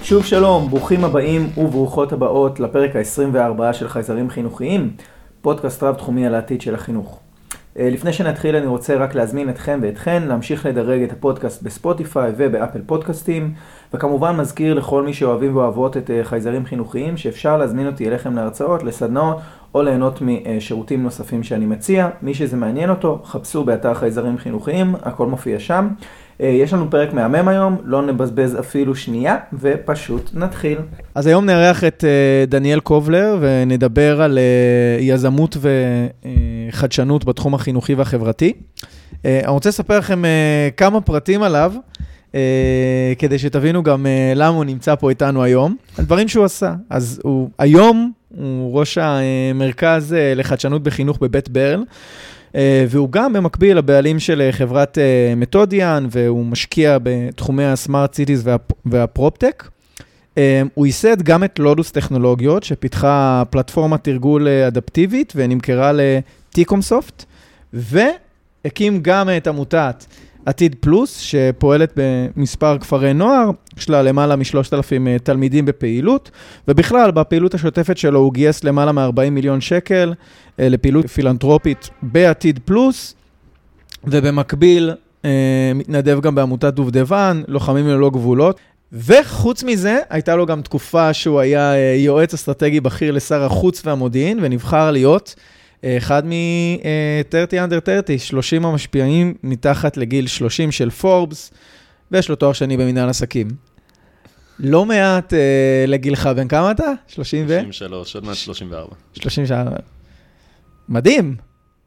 שוב שלום, ברוכים הבאים וברוכות הבאות לפרק ה-24 של חייזרים חינוכיים, פודקאסט רב תחומי על העתיד של החינוך. לפני שנתחיל אני רוצה רק להזמין אתכם ואתכן להמשיך לדרג את הפודקאסט בספוטיפיי ובאפל פודקאסטים, וכמובן מזכיר לכל מי שאוהבים ואוהבות את חייזרים חינוכיים שאפשר להזמין אותי אליכם להרצאות, לסדנאות או ליהנות משירותים נוספים שאני מציע. מי שזה מעניין אותו, חפשו באתר חייזרים חינוכיים, הכל מופיע שם. יש לנו פרק מהמם היום, לא נבזבז אפילו שנייה, ופשוט נתחיל. אז היום נארח את דניאל קובלר, ונדבר על יזמות וחדשנות בתחום החינוכי והחברתי. אני רוצה לספר לכם כמה פרטים עליו, כדי שתבינו גם למה הוא נמצא פה איתנו היום, הדברים שהוא עשה. אז היום הוא ראש המרכז לחדשנות בחינוך בבית ברל, והוא גם במקביל לבעלים של חברת מתודיאן, והוא משקיע בתחומי הסמארט סיטיז והפרופטק. הוא ייסד גם את לודוס טכנולוגיות, שפיתחה פלטפורמת תרגול אדפטיבית, ונמכרה לטיקומסופט, והקים גם את עמותת עתיד פלוס, שפועלת במספר כפרי נוער, יש לה למעלה מ3,000 תלמידים בפעילות, ובכלל בפעילות השוטפת שלו הוא גייס למעלה מ40 מיליון שקל, לפעילות פילנטרופית בעתיד פלוס, ובמקביל מתנדב גם בעמותת דובדבן, לוחמים ללא גבולות, וחוץ מזה הייתה לו גם תקופה שהוא היה יועץ אסטרטגי בכיר לשר החוץ והמודיעין, ונבחר להיות אחד מ-30 under 30, 30 המשפיעים מתחת לגיל 30 של פורבס, ויש לו תואר שני במנהל עסקים. לא מעט לגילך, בן כמה אתה? 33, עוד מעט 34. 34. מדהים.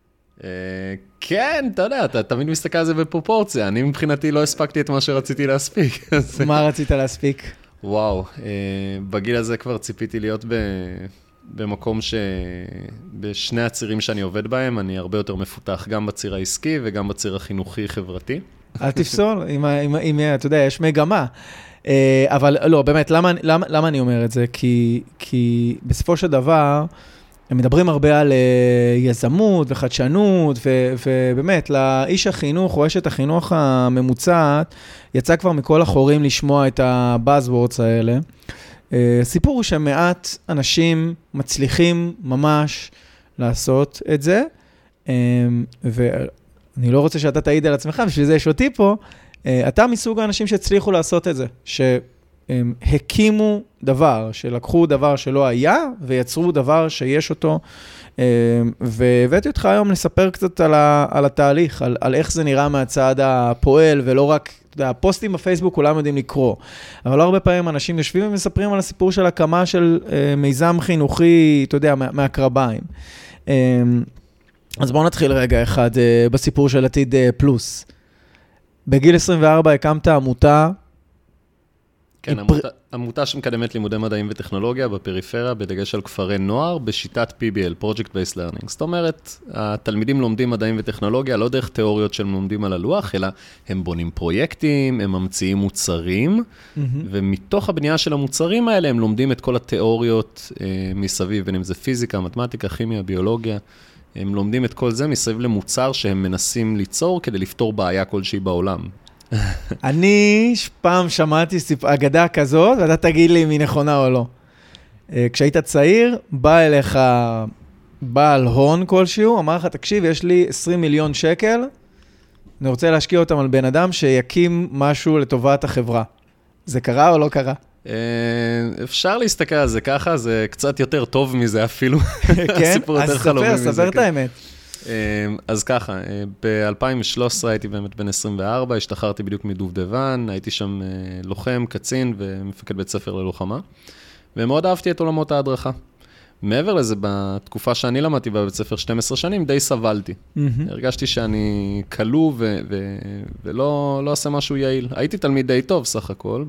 כן, אתה יודע, אתה תמיד מסתכל על זה בפרופורציה. אני מבחינתי לא הספקתי את מה שרציתי להספיק. מה רצית להספיק? וואו, בגיל הזה כבר ציפיתי להיות במקום שבשני הצירים שאני עובד בהם, אני הרבה יותר מפותח גם בציר העסקי וגם בציר החינוכי-חברתי. אל תפסול, אם אתה יודע, יש מגמה. אבל לא, באמת, למה אני אומר את זה? כי בסופו של דבר, הם מדברים הרבה על יזמות וחדשנות, ובאמת, לאיש החינוך או אשת החינוך הממוצעת, יצא כבר מכל החורים לשמוע את הבאזוורדס האלה. הסיפור הוא שמעט אנשים מצליחים ממש לעשות את זה, ואני לא רוצה שאתה תעיד על עצמך, בשביל זה יש אותי פה, אתה מסוג האנשים שהצליחו לעשות את זה, שהקימו דבר, שלקחו דבר שלא היה, ויצרו דבר שיש אותו, והבאתי אותך היום לספר קצת על התהליך, על איך זה נראה מהצד הפועל, ולא רק, אתה יודע, הפוסטים בפייסבוק כולם יודעים לקרוא, אבל לא הרבה פעמים אנשים יושבים ומספרים על הסיפור של הקמה של מיזם חינוכי, אתה יודע, מהקרביים. אז בואו נתחיל רגע אחד בסיפור של עתיד פלוס. בגיל 24 הקמת עמותה. כן, עמותה שמקדמת לימודי מדעים וטכנולוגיה בפריפריה, בדגש על כפרי נוער, בשיטת PBL, Project Based Learning. זאת אומרת, התלמידים לומדים מדעים וטכנולוגיה, לא דרך תיאוריות שהם לומדים על הלוח, אלא הם בונים פרויקטים, הם ממציאים מוצרים, ומתוך הבנייה של המוצרים האלה, הם לומדים את כל התיאוריות מסביב, בין אם זה פיזיקה, מתמטיקה, כימיה, ביולוגיה. הם לומדים את כל זה מסביב למוצר שהם מנסים ליצור כדי לפתור בעיה כלשהי בעולם. אני פעם שמעתי אגדה כזאת, ואתה תגיד לי אם היא נכונה או לא. כשהיית צעיר, בא אליך בעל הון כלשהו, אמר לך, תקשיב, יש לי 20 מיליון שקל, אני רוצה להשקיע אותם על בן אדם שיקים משהו לטובת החברה. זה קרה או לא קרה? אפשר להסתכל על זה ככה, זה קצת יותר טוב מזה אפילו. כן? אז ספר את האמת. אז ככה, ב-2013 הייתי באמת בן 24, השתחררתי בדיוק מדובדבן, הייתי שם לוחם, קצין ומפקד בית ספר ללוחמה, ומאוד אהבתי את עולמות ההדרכה. מעבר לזה, בתקופה שאני למדתי בבית ספר 12 שנים, די סבלתי. הרגשתי שאני קלו ולא עושה משהו יעיל. הייתי תלמיד די טוב סך הכל,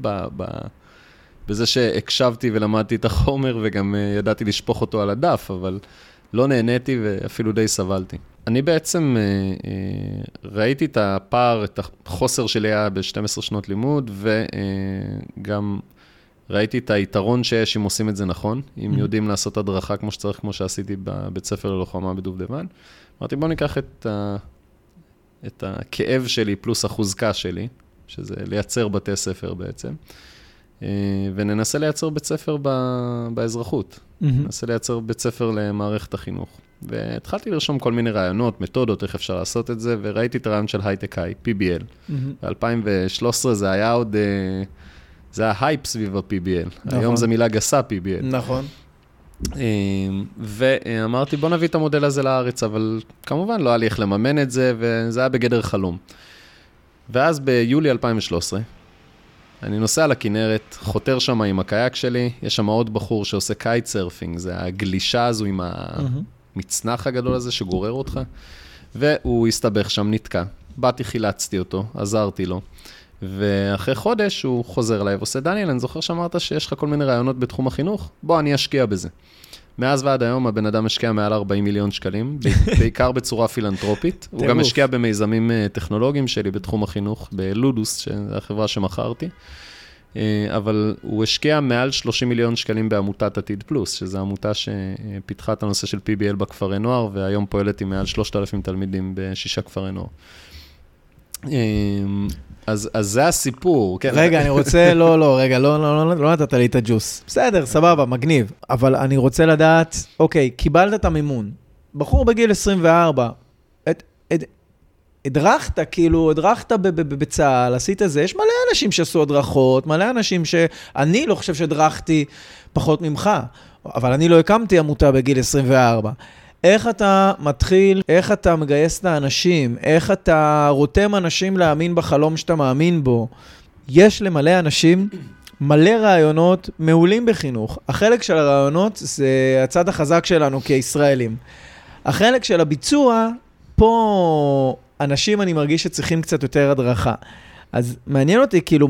בזה שהקשבתי ולמדתי את החומר, וגם ידעתי לשפוך אותו על הדף, אבל לא נהניתי ואפילו די סבלתי. אני בעצם ראיתי את הפער, את החוסר שלי היה ב-12 שנות לימוד, וגם ראיתי את היתרון שיש אם עושים את זה נכון, אם יודעים לעשות הדרכה כמו שצריך, כמו שעשיתי בבית ספר ללוחמה בדובדבן. אמרתי, בוא ניקח את הכאב שלי פלוס החוזקה שלי, שזה לייצר בתי ספר בעצם, וננסה לייצר בית ספר באזרחות. ננסה לייצר בית ספר למערכת החינוך. והתחלתי לרשום כל מיני רעיונות, מתודות, איך אפשר לעשות את זה, וראיתי את הרעיון של הייטק-איי, PBL. ב-2013 זה היה עוד, זה היה הייפ סביב ה-PBL. היום זה מילה גסה, PBL. נכון. ואמרתי, בוא נביא את המודל הזה לארץ, אבל כמובן לא היה לי איך לממן את זה, וזה היה בגדר חלום. ואז ביולי 2013, אני נוסע לכנרת, חותר שם עם הקייק שלי, יש שם עוד בחור שעושה קייט סרפינג, זה הגלישה הזו עם המצנח הגדול הזה שגורר אותך, והוא הסתבך שם, נתקע. באתי, חילצתי אותו, עזרתי לו, ואחרי חודש הוא חוזר אליי ועושה, דניאל, אני זוכר שאמרת שיש לך כל מיני רעיונות בתחום החינוך, בוא, אני אשקיע בזה. מאז ועד היום הבן אדם משקיע מעל 40 מיליון שקלים, בעיקר בצורה פילנטרופית. הוא גם משקיע במיזמים טכנולוגיים שלי בתחום החינוך, בלודוס, שזו החברה שמכרתי. אבל הוא השקיע מעל 30 מיליון שקלים בעמותת עתיד פלוס, שזו עמותה שפיתחה את הנושא של PBL בכפרי נוער, והיום פועלת עם מעל 3,000 תלמידים ב6 כפרי נוער. אז זה הסיפור. רגע, אני רוצה, לא נתת לי את הג'וס. בסדר, סבבה, מגניב. אבל אני רוצה לדעת, אוקיי, קיבלת את המימון. בחור בגיל 24, הדרכת בצהל, עשית זה. יש מלא אנשים שעשו הדרכות, מלא אנשים שאני לא חושב שהדרכתי פחות ממך, אבל אני לא הקמתי עמותה בגיל 24. איך אתה מתחיל, איך אתה מגייס את האנשים, איך אתה רותם אנשים להאמין בחלום שאתה מאמין בו. יש למלא אנשים מלא רעיונות מעולים בחינוך. החלק של הרעיונות זה הצד החזק שלנו כישראלים. החלק של הביצוע, פה אנשים אני מרגיש שצריכים קצת יותר הדרכה. אז מעניין אותי כאילו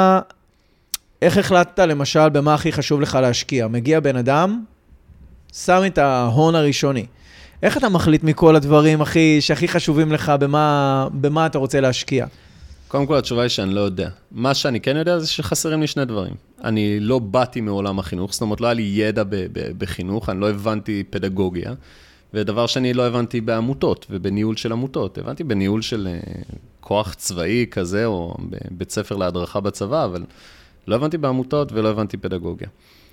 איך החלטת למשל במה הכי חשוב לך להשקיע? מגיע בן אדם, שם את ההון הראשוני. איך אתה מחליט מכל הדברים שהכי חשובים לך, במה אתה רוצה להשקיע? קודם כל, התשובה היא שאני לא יודע. מה שאני כן יודע זה שחסרים לי שני דברים. אני לא באתי מעולם החינוך, זאת אומרת, לא היה לי ידע בחינוך, אני לא הבנתי פדגוגיה, ודבר שאני לא הבנתי בעמותות ובניהול של עמותות. הבנתי בניהול של כוח צבאי כזה, או בבית ספר להדרכה בצבא, אבל לא הבנתי בעמותות ולא הבנתי פדגוגיה.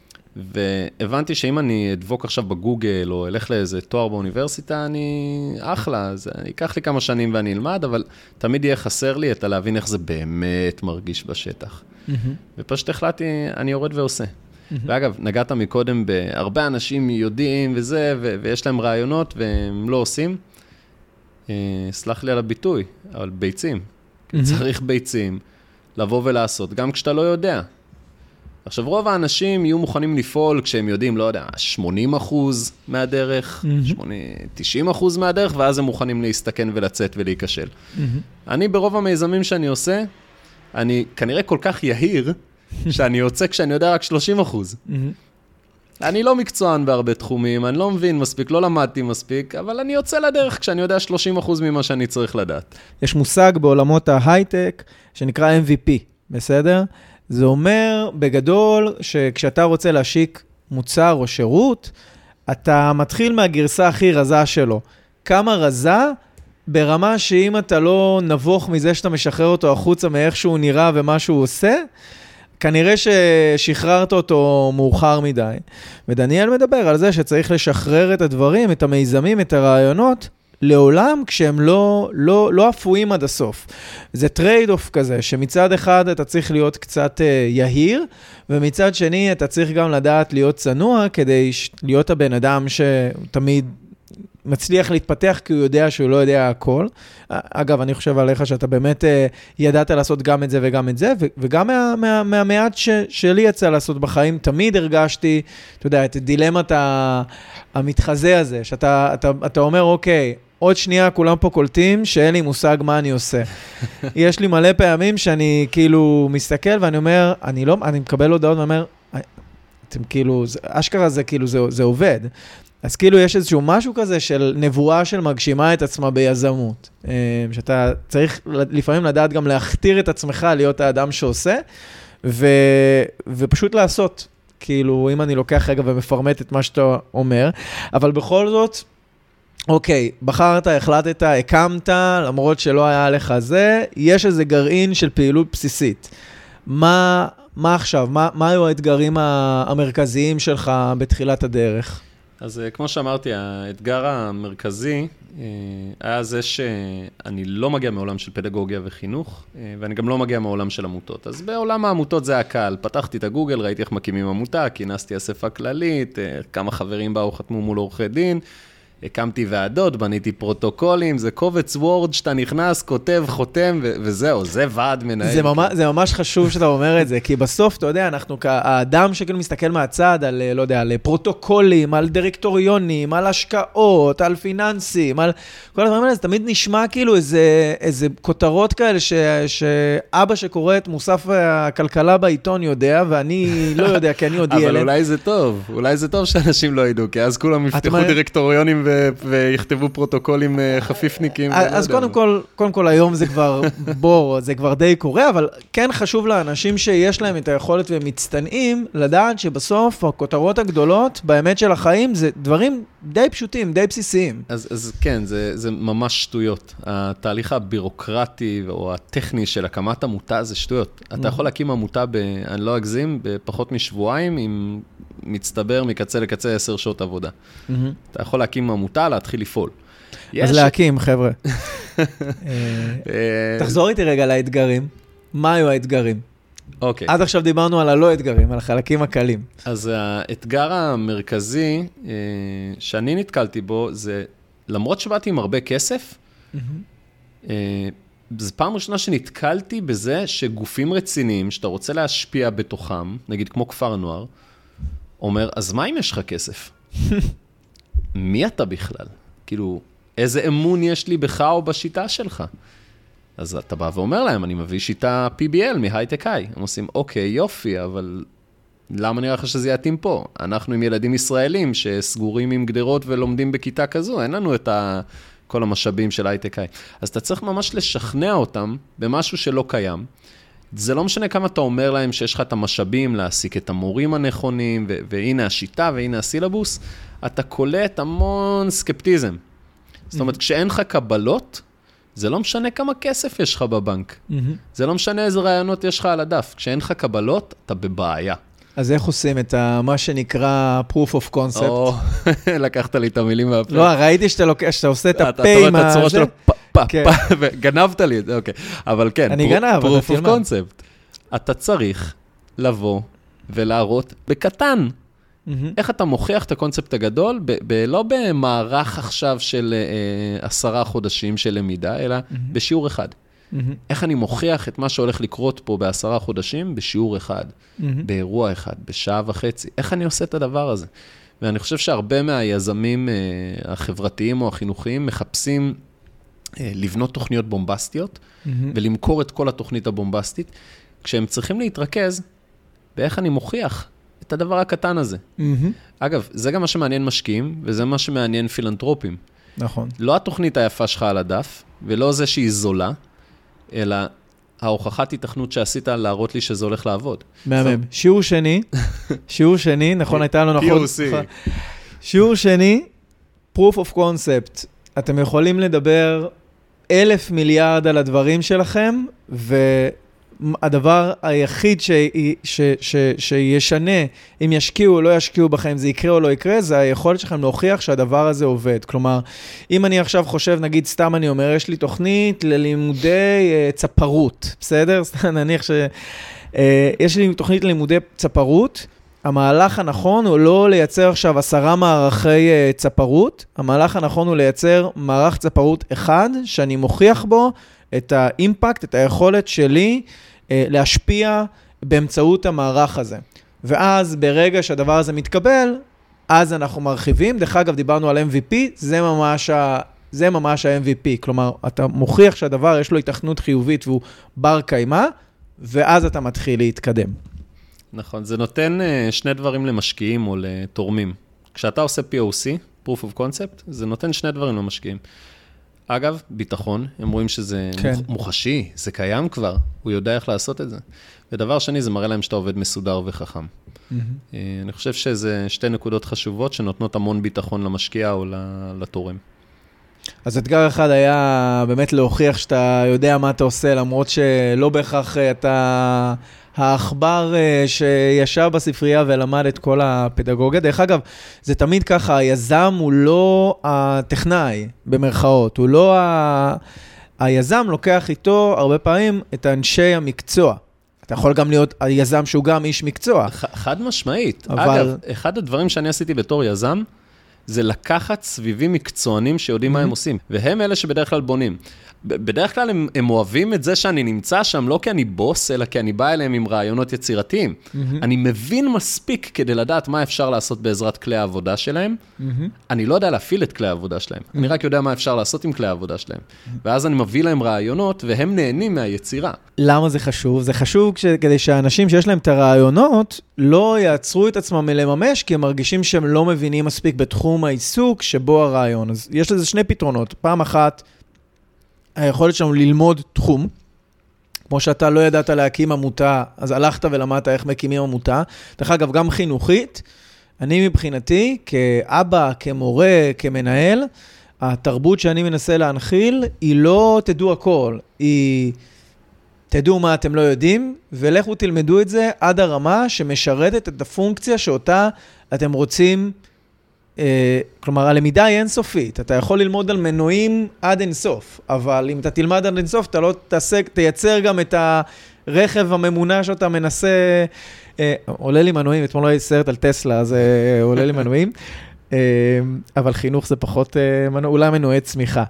והבנתי שאם אני אדבוק עכשיו בגוגל, או אלך לאיזה תואר באוניברסיטה, אני אחלה, זה ייקח לי כמה שנים ואני אלמד, אבל תמיד יהיה חסר לי את להבין איך זה באמת מרגיש בשטח. ופשוט החלטתי, אני יורד ועושה. ואגב, נגעת מקודם בהרבה אנשים יודעים וזה, ויש להם רעיונות והם לא עושים. סלח לי על הביטוי, אבל ביצים. צריך ביצים, לבוא ולעשות, גם כשאתה לא יודע. עכשיו, רוב האנשים יהיו מוכנים לפעול כשהם יודעים, לא יודע, 80% מהדרך, 90% מהדרך, ואז הם מוכנים להסתכן ולצאת ולהיכשל. אני ברוב המיזמים שאני עושה, אני כנראה כל כך יהיר, שאני יוצא כשאני יודע רק 30%. אני לא מקצוען בהרבה תחומים, אני לא מבין מספיק, לא למדתי מספיק, אבל אני יוצא לדרך כשאני יודע 30% ממה שאני צריך לדעת. יש מושג בעולמות ההייטק שנקרא MVP, בסדר? זה אומר בגדול שכשאתה רוצה להשיק מוצר או שירות, אתה מתחיל מהגרסה הכי רזה שלו. כמה רזה? ברמה שאם אתה לא נבוך מזה שאתה משחרר אותו החוצה מאיך שהוא נראה ומה שהוא עושה, כנראה ששחררת אותו מאוחר מדי. ודניאל מדבר על זה שצריך לשחרר את הדברים, את המיזמים, את הרעיונות, לעולם כשהם לא אפויים עד הסוף. זה טרייד אוף כזה, שמצד אחד אתה צריך להיות קצת יהיר, ומצד שני אתה צריך גם לדעת להיות צנוע, כדי להיות הבן אדם שתמיד מצליח להתפתח, כי הוא יודע שהוא לא יודע הכל. אגב, אני חושב עליך שאתה באמת ידעת לעשות גם את זה וגם את זה, וגם מהמעט שלי יצא לעשות בחיים, תמיד הרגשתי, אתה יודע, את דילמת המתחזה הזה, שאתה אומר, אוקיי, עוד שנייה כולם פה קולטים, שאין לי מושג מה אני עושה. יש לי מלא פעמים שאני כאילו מסתכל ואני אומר, אני מקבל הודעות ואומר, אתם כאילו, אשכרה זה כאילו, זה עובד. אז כאילו יש איזשהו משהו כזה של נבואה של מגשימה את עצמה ביזמות. שאתה צריך לפעמים לדעת גם להכתיר את עצמך להיות האדם שעושה, ופשוט לעשות. כאילו, אם אני לוקח רגע ומפרמט את מה שאתה אומר, אבל בכל זאת, אוקיי, בחרת, החלטת, הקמת, למרות שלא היה לך זה, יש איזה גרעין של פעילות בסיסית. מה מה עכשיו? מה היו האתגרים המרכזיים שלך בתחילת הדרך? אז כמו שאמרתי, האתגר המרכזי היה זה שאני לא מגיע מעולם של פדגוגיה וחינוך, ואני גם לא מגיע מעולם של עמותות. אז בעולם העמותות זה הקל. פתחתי את הגוגל, ראיתי איך מקימים עמותה, כינסתי אספה כללית, כמה חברים באו חתמו מול עורכי דין, הקמתי ועדות, בניתי פרוטוקולים, זה קובץ וורד שאתה נכנס, כותב, חותם, וזהו, זה ועד מנהל. זה ממש חשוב שאתה אומר את זה, כי בסוף, אתה יודע, אנחנו האדם שכאילו מסתכל מהצד על, לא יודע, על פרוטוקולים, על דירקטוריונים, על השקעות, על פיננסים, על כל הדברים האלה, זה תמיד נשמע כאילו איזה כותרות כאלה שאבא שקורא את מוסף הכלכלה בעיתון יודע, ואני לא יודע, כי אני עוד ילד. אבל אולי זה טוב שאנשים לא ידעו, כי אז כולם יפתחו דירקטוריונים ויכתבו פרוטוקולים חפיפניקים. אז קודם כל היום זה כבר בור, זה כבר די קורה, אבל כן חשוב לאנשים שיש להם את היכולת והם מצטנעים, לדעת שבסוף הכותרות הגדולות באמת של החיים זה דברים די פשוטים, די בסיסיים. אז כן, זה ממש שטויות. התהליך הבירוקרטי או הטכני של הקמת עמותה זה שטויות. אתה יכול להקים עמותה, אני לא אגזים, בפחות משבועיים עם מצטבר מקצה לקצה 10 שעות עבודה. אתה יכול להקים עמותה, להתחיל לפעול. אז להקים, חבר'ה. תחזור איתי רגע לאתגרים. מה היו האתגרים? אוקיי. עד עכשיו דיברנו על הלא אתגרים, על החלקים הקלים. אז האתגר המרכזי שאני נתקלתי בו, זה למרות שבאתי עם הרבה כסף, זו פעם ראשונה שנתקלתי בזה שגופים רציניים, שאתה רוצה להשפיע בתוכם, נגיד כמו כפר נוער, אומר, אז מה אם יש לך כסף? מי אתה בכלל? כאילו, איזה אמון יש לי בך או בשיטה שלך? אז אתה בא ואומר להם, אני מביא שיטה PBL מהייטק-איי. הם עושים, אוקיי, יופי, אבל למה נראה לך שזה יתאים פה? אנחנו עם ילדים ישראלים שסגורים עם גדרות ולומדים בכיתה כזו, אין לנו את כל המשאבים של הייטק-איי. אז אתה צריך ממש לשכנע אותם במשהו שלא קיים. זה לא משנה כמה אתה אומר להם שיש לך את המשאבים להעסיק את המורים הנכונים, והנה השיטה והנה הסילבוס, אתה קולט המון סקפטיזם. זאת אומרת, כשאין לך קבלות, זה לא משנה כמה כסף יש לך בבנק. זה לא משנה איזה רעיונות יש לך על הדף. כשאין לך קבלות, אתה בבעיה. אז איך עושים את מה שנקרא proof of concept? לקחת לי את המילים מהפה. לא, ראיתי שאתה עושה את הפה עם אתה רואה את הצורה שלו, וגנבת לי את זה, אוקיי. אבל כן, אני גנב, proof of concept. אתה צריך לבוא ולהראות בקטן. איך אתה מוכיח את הקונספט הגדול, לא במערך עכשיו של 10 חודשים של למידה, אלא בשיעור אחד. איך אני מוכיח את מה שהולך לקרות פה ב10 חודשים, בשיעור אחד, באירוע אחד, בשעה וחצי. איך אני עושה את הדבר הזה? ואני חושב שהרבה מהיזמים החברתיים או החינוכיים מחפשים לבנות תוכניות בומבסטיות, ולמכור את כל התוכנית הבומבסטית, כשהם צריכים להתרכז באיך אני מוכיח את הדבר הקטן הזה. אגב, זה גם מה שמעניין משקיעים, וזה מה שמעניין פילנטרופים. נכון. לא התוכנית היפה שלך על הדף, ולא זה שהיא זולה, אלא ההוכחת התכנות שעשית להראות לי שזה הולך לעבוד. מהמם. שיעור שני, נכון, הייתה לנו נכון. POC. שיעור שני, proof of concept. אתם יכולים לדבר 1,000 מיליארד על הדברים שלכם, הדבר היחיד שישנה, אם ישקיעו או לא ישקיעו בכם, זה יקרה או לא יקרה, זה היכולת שלכם להוכיח שהדבר הזה עובד. כלומר, אם אני עכשיו חושב, נגיד סתם אני אומר, יש לי תוכנית ללימודי צפרות, בסדר? נניח שיש לי תוכנית ללימודי צפרות, המהלך הנכון הוא לא לייצר עכשיו 10 מערכי צפרות, המהלך הנכון הוא לייצר מערך צפרות אחד, שאני מוכיח בו את האימפקט, את היכולת שלי להשפיע באמצעות המערך הזה. ואז ברגע שהדבר הזה מתקבל, אז אנחנו מרחיבים. דרך אגב, דיברנו על MVP, זה ממש ה-MVP. כלומר, אתה מוכיח שהדבר יש לו התכנות חיובית והוא בר קיימה, ואז אתה מתחיל להתקדם. נכון, זה נותן 2 דברים למשקיעים או לתורמים. כשאתה עושה POC, Proof of Concept, זה נותן 2 דברים למשקיעים. אגב, ביטחון, הם רואים שזה מוחשי, זה קיים כבר, הוא יודע איך לעשות את זה. ודבר שני, זה מראה להם שאתה עובד מסודר וחכם. אני חושב שזה 2 נקודות חשובות שנותנות המון ביטחון למשקיע או לתורם. אז אתגר אחד היה באמת להוכיח שאתה יודע מה אתה עושה, למרות שלא בהכרח האחבר שישב בספרייה ולמד את כל הפדגוגיה. דרך אגב, זה תמיד ככה, היזם הוא לא הטכנאי, במרכאות, הוא לא היזם לוקח איתו הרבה פעמים את אנשי המקצוע. אתה יכול גם להיות היזם שהוא גם איש מקצוע. חד משמעית. אגב, אחד הדברים שאני עשיתי בתור יזם, זה לקחת סביבים מקצוענים שיודעים מה הם עושים. והם אלה שבדרך כלל בונים. בדרך כלל הם אוהבים את זה שאני נמצא שם, לא כי אני בוס, אלא כי אני בא אליהם עם רעיונות יצירתיים. אני מבין מספיק כדי לדעת מה אפשר לעשות בעזרת כלי העבודה שלהם. אני לא יודע להפעיל את כלי העבודה שלהם. אני רק יודע מה אפשר לעשות עם כלי העבודה שלהם. ואז אני מביא להם רעיונות, והם נהנים מהיצירה. למה זה חשוב? זה חשוב כדי שהאנשים שיש להם את הרעיונות, לא יעצרו את עצמם מלממש, כי הם מרגישים שהם לא מבינים מספיק בתחום העיסוק שבו הרעיון. אז יש לזה שני פתרונות. פעם אחת, היכולת שלנו ללמוד תחום, כמו שאתה לא ידעת להקים עמותה, אז הלכת ולמדת איך מקימים עמותה. דרך אגב, גם חינוכית, אני מבחינתי, כאבא, כמורה, כמנהל, התרבות שאני מנסה להנחיל, היא לא תדעו הכל, היא תדעו מה אתם לא יודעים, ולכו תלמדו את זה עד הרמה שמשרתת את הפונקציה שאותה אתם רוצים. כלומר, הלמידה היא אינסופית. אתה יכול ללמוד על מנועים עד אינסוף, אבל אם אתה תלמד עד אינסוף, אתה לא תייצר גם את הרכב הממונה שאתה מנסה. עולה לי מנועים, אתמול לא היה סרט על טסלה, אז עולה לי מנועים. אבל חינוך זה פחות, אולי מנועי צמיחה.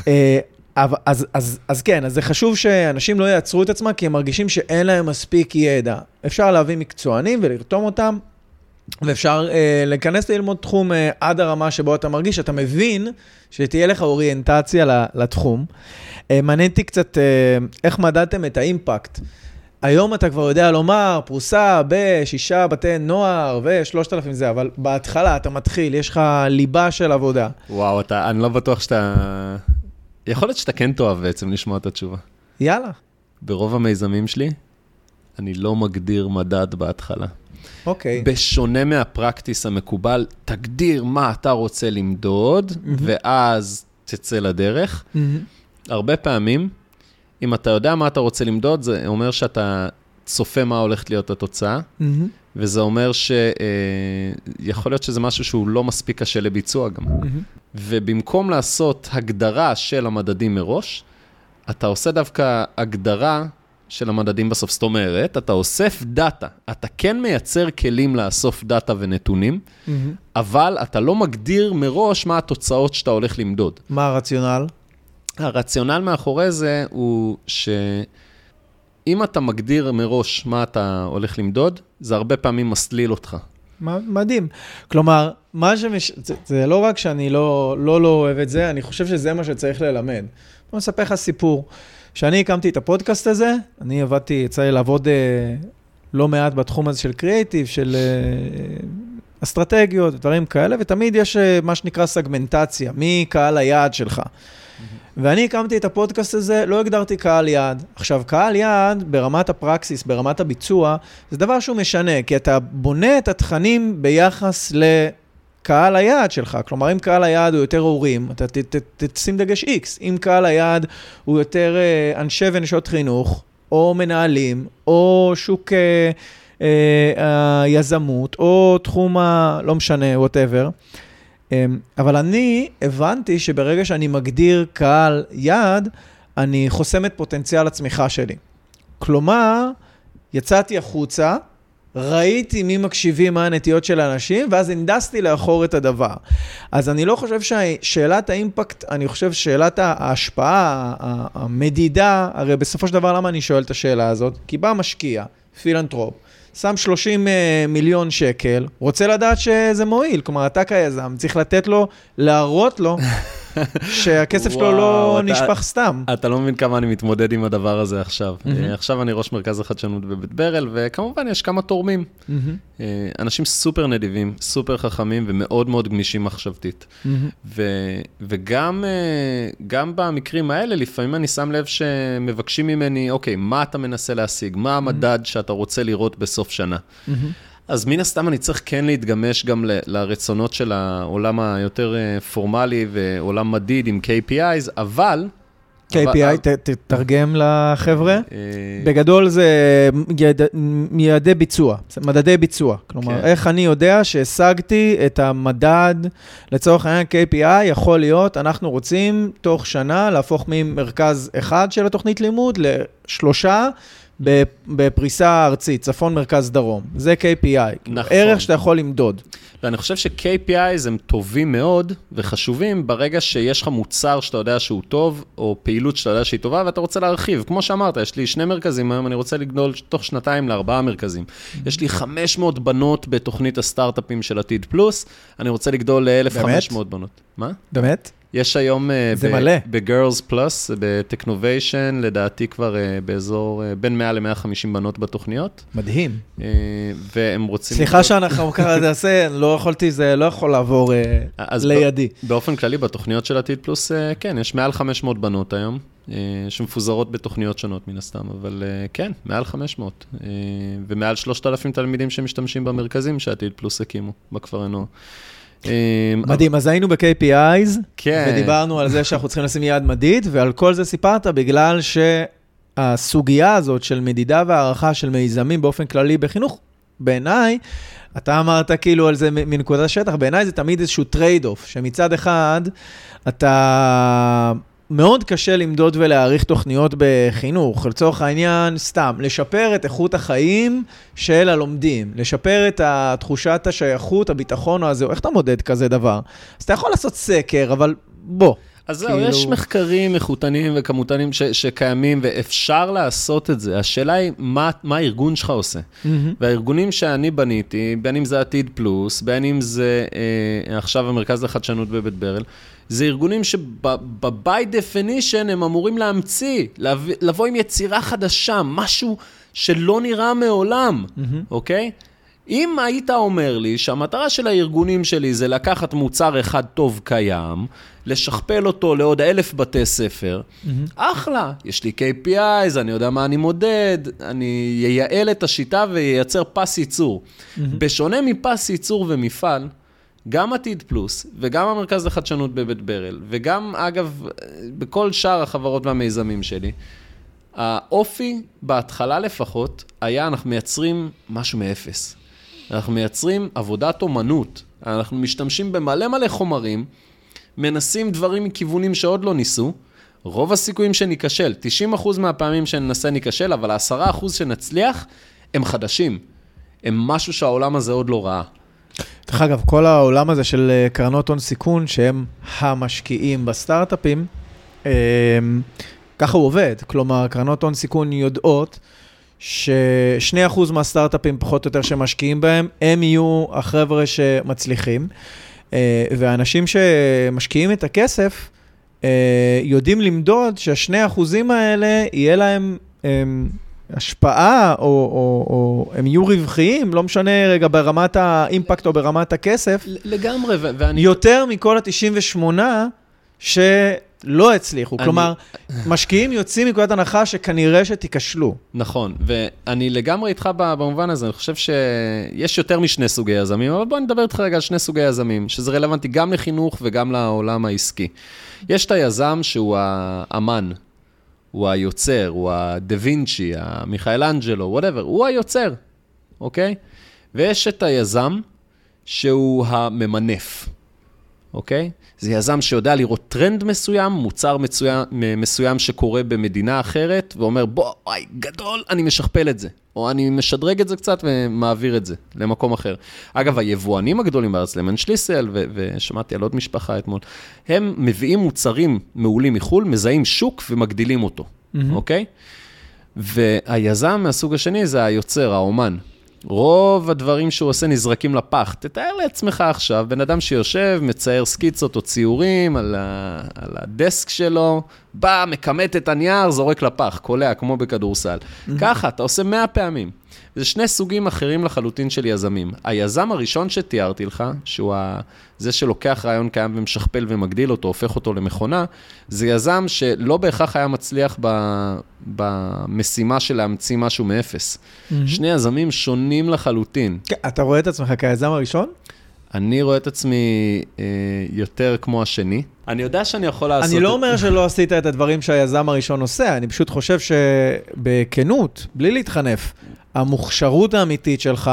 אז כן, אז זה חשוב שאנשים לא יעצרו את עצמם, כי הם מרגישים שאין להם מספיק ידע. אפשר להביא מקצוענים ולרתום אותם, ואפשר להיכנס ללמוד תחום עד הרמה שבו אתה מרגיש, אתה מבין שתהיה לך אוריינטציה לתחום. מעניינתי קצת איך מדדתם את האימפקט. היום אתה כבר יודע לומר, פרוסה ב6 בתי נוער ו3,000 זה, אבל בהתחלה אתה מתחיל, יש לך ליבה של עבודה. וואו, אני לא בטוח שאתה... יכול להיות שאתה כן תאהב בעצם לשמוע את התשובה. יאללה. ברוב המיזמים שלי, אני לא מגדיר מדד בהתחלה. אוקיי. בשונה מהפרקטיס המקובל, תגדיר מה אתה רוצה למדוד, ואז תצא לדרך. הרבה פעמים, אם אתה יודע מה אתה רוצה למדוד, זה אומר שאתה צופה מה הולכת להיות התוצאה, וזה אומר שיכול להיות שזה משהו שהוא לא מספיק קשה לביצוע גם. ובמקום לעשות הגדרה של המדדים מראש, אתה עושה דווקא הגדרה של המדדים בסוף. זאת אומרת, אתה אוסף דאטה, אתה כן מייצר כלים לאסוף דאטה ונתונים, אבל אתה לא מגדיר מראש מה התוצאות שאתה הולך למדוד. מה הרציונל? הרציונל מאחורי זה הוא שאם אתה מגדיר מראש מה אתה הולך למדוד, זה הרבה פעמים מסליל אותך. מדהים. כלומר, זה לא רק שאני לא אוהב את זה, אני חושב שזה מה שצריך ללמד. אני אספר לך סיפור. כשאני הקמתי את הפודקאסט הזה, אני יצא לי לעבוד לא מעט בתחום הזה של קריאיטיב, של אסטרטגיות, דברים כאלה, ותמיד יש מה שנקרא סגמנטציה, מי קהל היעד שלך. ואני הקמתי את הפודקאסט הזה, לא הגדרתי קהל יעד. עכשיו, קהל יעד ברמת הפרקסיס, ברמת הביצוע, זה דבר שהוא משנה, כי אתה בונה את התכנים ביחס לקהל היעד שלך. כלומר, אם קהל היעד הוא יותר הורים, אתה תשים דגש X. אם קהל היעד הוא יותר אנשי ונשות חינוך, או מנהלים, או שוק היזמות, או תחום לא משנה, whatever. אבל אני הבנתי שברגע שאני מגדיר קהל יעד, אני חוסם את פוטנציאל הצמיחה שלי. כלומר, יצאתי החוצה, ראיתי מי מקשיבים מה הנטיות של האנשים, ואז הנדסתי לאחור את הדבר. אז אני לא חושב ששאלת האימפקט, אני חושב ששאלת ההשפעה, המדידה, הרי בסופו של דבר למה אני שואל את השאלה הזאת? כי בא משקיע, פילנטרופ, שם 30 מיליון שקל, רוצה לדעת שזה מועיל, כלומר, אתה כיזם, צריך לתת לו, להראות לו, שהכסף שלו לא נשפך סתם. אתה לא מבין כמה אני מתמודד עם הדבר הזה עכשיו. עכשיו אני ראש מרכז החדשנות בבית ברל, וכמובן יש כמה תורמים. אנשים סופר נדיבים, סופר חכמים, ומאוד מאוד גמישים מחשבתית. וגם במקרים האלה, לפעמים אני שם לב שמבקשים ממני, אוקיי, מה אתה מנסה להשיג? מה המדד שאתה רוצה לראות בסוף שנה? אז מן הסתם אני צריך כן להתגמש גם לרצונות של העולם היותר פורמלי ועולם מדיד עם KPIs, אבל KPI, תתרגם לחבר'ה. בגדול זה יעדי ביצוע, מדדי ביצוע. כלומר, איך אני יודע שהשגתי את המדד, לצורך העניין KPI יכול להיות, אנחנו רוצים תוך שנה להפוך ממרכז אחד של התוכנית לימוד לשלושה, בפריסה ארצית, צפון, מרכז, דרום. זה KPI. נכון. ערך שאתה יכול למדוד. ואני חושב ש-KPIs הם טובים מאוד וחשובים ברגע שיש לך מוצר שאתה יודע שהוא טוב, או פעילות שאתה יודע שהיא טובה, ואתה רוצה להרחיב. כמו שאמרת, יש לי 2 מרכזים היום, אני רוצה לגדול תוך 2 ל4 מרכזים. יש לי 500 בנות בתוכנית הסטארט-אפים של עתיד פלוס, אני רוצה לגדול ל-1500 בנות. מה? באמת? יש היום ב-Girls Plus, בטכנוביישן, לדעתי כבר באזור בין 100 ל-150 בנות בתוכניות. מדהים. והם רוצים... סליחה שאנחנו ככה נעשה, לא יכולתי, זה לא יכול לעבור לידי. באופן כללי, בתוכניות של עתיד פלוס, כן, יש מעל 500 בנות היום, שמפוזרות בתוכניות שונות מן הסתם, אבל כן, מעל 500. ומעל 3,000 תלמידים שמשתמשים במרכזים שעתיד פלוס הקימו בכפר הנוער. מדהים, אז היינו ב-KPIs, כן. ודיברנו על זה שאנחנו צריכים לשים יעד מדיד, ועל כל זה סיפרת בגלל שהסוגיה הזאת של מדידה והערכה של מיזמים באופן כללי בחינוך, בעיניי, אתה אמרת כאילו על זה מנקודת השטח, בעיניי זה תמיד איזשהו טרייד-אוף, שמצד אחד אתה... מאוד קשה למדוד ולהעריך תוכניות בחינוך, לצורך העניין, סתם, לשפר את איכות החיים של הלומדים, לשפר את תחושת השייכות, הביטחון או הזהו, איך אתה מודד כזה דבר? אז אתה יכול לעשות סקר, אבל בוא. אז זהו, יש מחקרים איכותניים וכמותניים שקיימים, ואפשר לעשות את זה. השאלה היא, מה הארגון שלך עושה? והארגונים שאני בניתי, בין אם זה עתיד פלוס, בין אם זה עכשיו המרכז לחדשנות בבית ברל, זה ארגונים שב-by definition הם אמורים להמציא, לבוא עם יצירה חדשה, משהו שלא נראה מעולם, אוקיי? אם היית אומר לי שהמטרה של הארגונים שלי זה לקחת מוצר אחד טוב קיים, לשכפל אותו לעוד 1,000 בתי ספר, אחלה, יש לי KPIs, אני יודע מה אני מודד, אני ייעל את השיטה וייצר פס ייצור. בשונה מפס ייצור ומפעל, גם עתיד פלוס, וגם המרכז לחדשנות בבית ברל, וגם, אגב, בכל שאר החברות והמיזמים שלי, האופי, בהתחלה לפחות, היה, אנחנו מייצרים משהו מאפס. אנחנו מייצרים עבודת אומנות. אנחנו משתמשים במלא מלא חומרים, מנסים דברים מכיוונים שעוד לא ניסו, רוב הסיכויים שניכשל, 90% מהפעמים שננסה ניכשל, אבל 10% שנצליח, הם חדשים. הם משהו שהעולם הזה עוד לא ראה. דרך אגב, כל העולם הזה של קרנות הון סיכון, שהם המשקיעים בסטארט-אפים, ככה הוא עובד. כלומר, קרנות הון סיכון יודעות ש2% מהסטארט-אפים פחות או יותר שמשקיעים בהם, הם יהיו החבר'ה שמצליחים. והאנשים שמשקיעים את הכסף, יודעים למדוד שה2% האלה יהיה להם השפעה, או הם יהיו רווחיים, לא משנה רגע ברמת האימפקט או ברמת הכסף, לגמרי, יותר מכל ה-98 שלא הצליחו. כלומר, משקיעים יוצאים מנקודת הנחה שכנראה שתיכשלו. נכון, ואני לגמרי איתך במובן הזה, אני חושב שיש יותר משני סוגי יזמים, אבל בוא נדבר איתך רגע על 2 סוגי יזמים, שזה רלוונטי גם לחינוך וגם לעולם העסקי. יש את היזם שהוא האמן, הוא היוצר, הוא הדה וינצ'י, המיכאלנג'לו, whatever, הוא היוצר, אוקיי? ויש את היזם שהוא הממנף, אוקיי? זה יזם שיודע לראות טרנד מסוים, מוצר מסוים שקורה במדינה אחרת, ואומר, בוא, וואי, גדול, אני משכפל את זה. או אני משדרג את זה קצת ומעביר את זה למקום אחר. אגב, היבואנים הגדולים בארץ, למן שליסל, ושמעתי על עוד משפחה אתמול, הם מביאים מוצרים מעולים מחול, מזהים שוק ומגדילים אותו, אוקיי? והיזם מהסוג השני זה היוצר, האומן. רוב הדברים שהוא עושה נזרקים לפח. תתאר לעצמך עכשיו, בן אדם שיושב, מצייר סקיצות או ציורים על הדסק שלו, בא, מקמת את הנייר, זורק לפח, קולע, כמו בכדורסל. ככה, אתה עושה 100 פעמים. זה 2 סוגים אחרים לחלוטין של יזמים. היזם הראשון שתיארתי לך, שהוא זה שלוקח רעיון קיים ומשכפל ומגדיל אותו, הופך אותו למכונה, זה יזם שלא בהכרח היה מצליח במשימה של להמציא משהו מאפס. 2 יזמים שונים לחלוטין. אתה רואה את עצמך כיזם הראשון? אני רואה את עצמי יותר כמו השני. אני יודע שאני יכול לעשות... אני לא אומר שלא עשית את הדברים שהיזם הראשון עושה, אני פשוט חושב שבכנות, בלי להתחנף, המוכשרות האמיתית שלך